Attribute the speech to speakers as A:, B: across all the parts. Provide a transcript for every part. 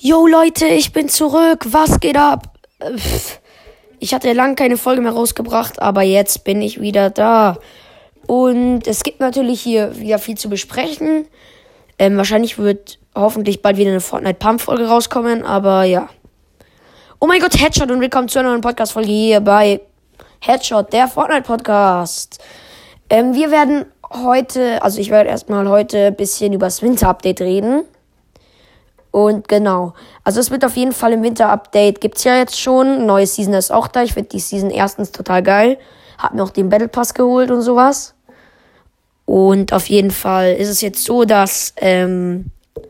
A: Yo Leute, ich bin zurück. Was geht ab? Ich hatte lange keine Folge mehr rausgebracht, aber jetzt bin ich wieder da. Und es gibt natürlich hier wieder viel zu besprechen. Wahrscheinlich wird hoffentlich bald wieder eine Fortnite-Pump-Folge rauskommen, aber ja. Oh mein Gott, Headshot und willkommen zu einer neuen Podcast-Folge hier bei Headshot, der Fortnite-Podcast. Ich werde erstmal heute ein bisschen über das Winter-Update reden. Und genau, also es wird auf jeden Fall im Winter-Update, gibt's ja jetzt schon, neue Season ist auch da, ich finde die Season erstens total geil, hab mir auch den Battle Pass geholt und sowas. Und auf jeden Fall ist es jetzt so, dass wenn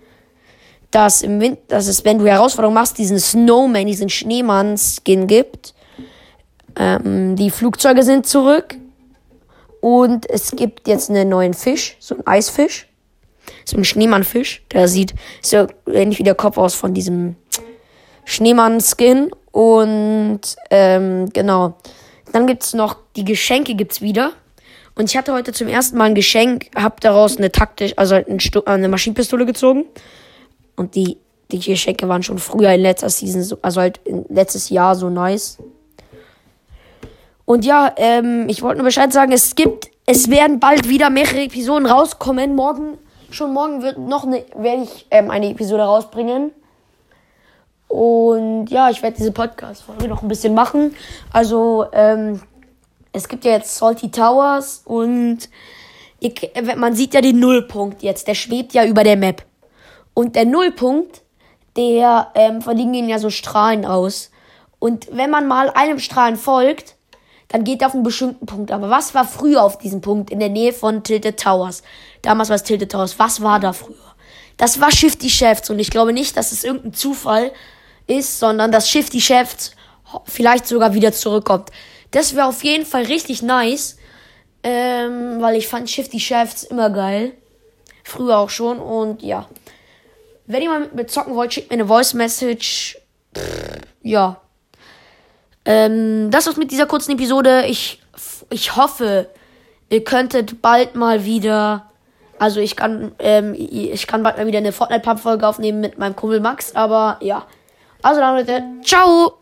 A: du Herausforderungen machst, diesen Snowman, diesen Schneemann-Skin gibt. Die Flugzeuge sind zurück und es gibt jetzt einen neuen Fisch, so einen Eisfisch. So ein Schneemann-Fisch, der sieht so ähnlich wie der Kopf aus von diesem Schneemann-Skin. Und genau. Dann gibt's noch die Geschenke gibt's wieder. Und ich hatte heute zum ersten Mal ein Geschenk, hab daraus eine Maschinenpistole gezogen. Und die Geschenke waren schon früher in letzter Season, letztes Jahr so nice. Und ja, ich wollte nur Bescheid sagen, es werden bald wieder mehrere Episoden rauskommen. Morgen werde ich eine Episode rausbringen. Und ja, ich werde diese Podcast-Folge noch ein bisschen machen. Also, es gibt ja jetzt Salty Towers und man sieht ja den Nullpunkt jetzt. Der schwebt ja über der Map. Und der Nullpunkt, von dem gehen ja so Strahlen aus. Und wenn man mal einem Strahlen folgt, dann geht er auf einen bestimmten Punkt. Aber was war früher auf diesem Punkt in der Nähe von Tilted Towers? Damals war es Tilted Towers. Was war da früher? Das war Shifty Shafts. Und ich glaube nicht, dass es irgendein Zufall ist, sondern dass Shifty Shafts vielleicht sogar wieder zurückkommt. Das wäre auf jeden Fall richtig nice. Weil ich fand Shifty Shafts immer geil. Früher auch schon. Und ja. Wenn ihr mal mit mir zocken wollt, schickt mir eine Voice Message. Ja. Das war's mit dieser kurzen Episode. Ich hoffe, ihr könntet bald mal wieder, also ich kann bald mal wieder eine Fortnite-Pump-Folge aufnehmen mit meinem Kumpel Max, aber ja. Also dann Leute, ciao!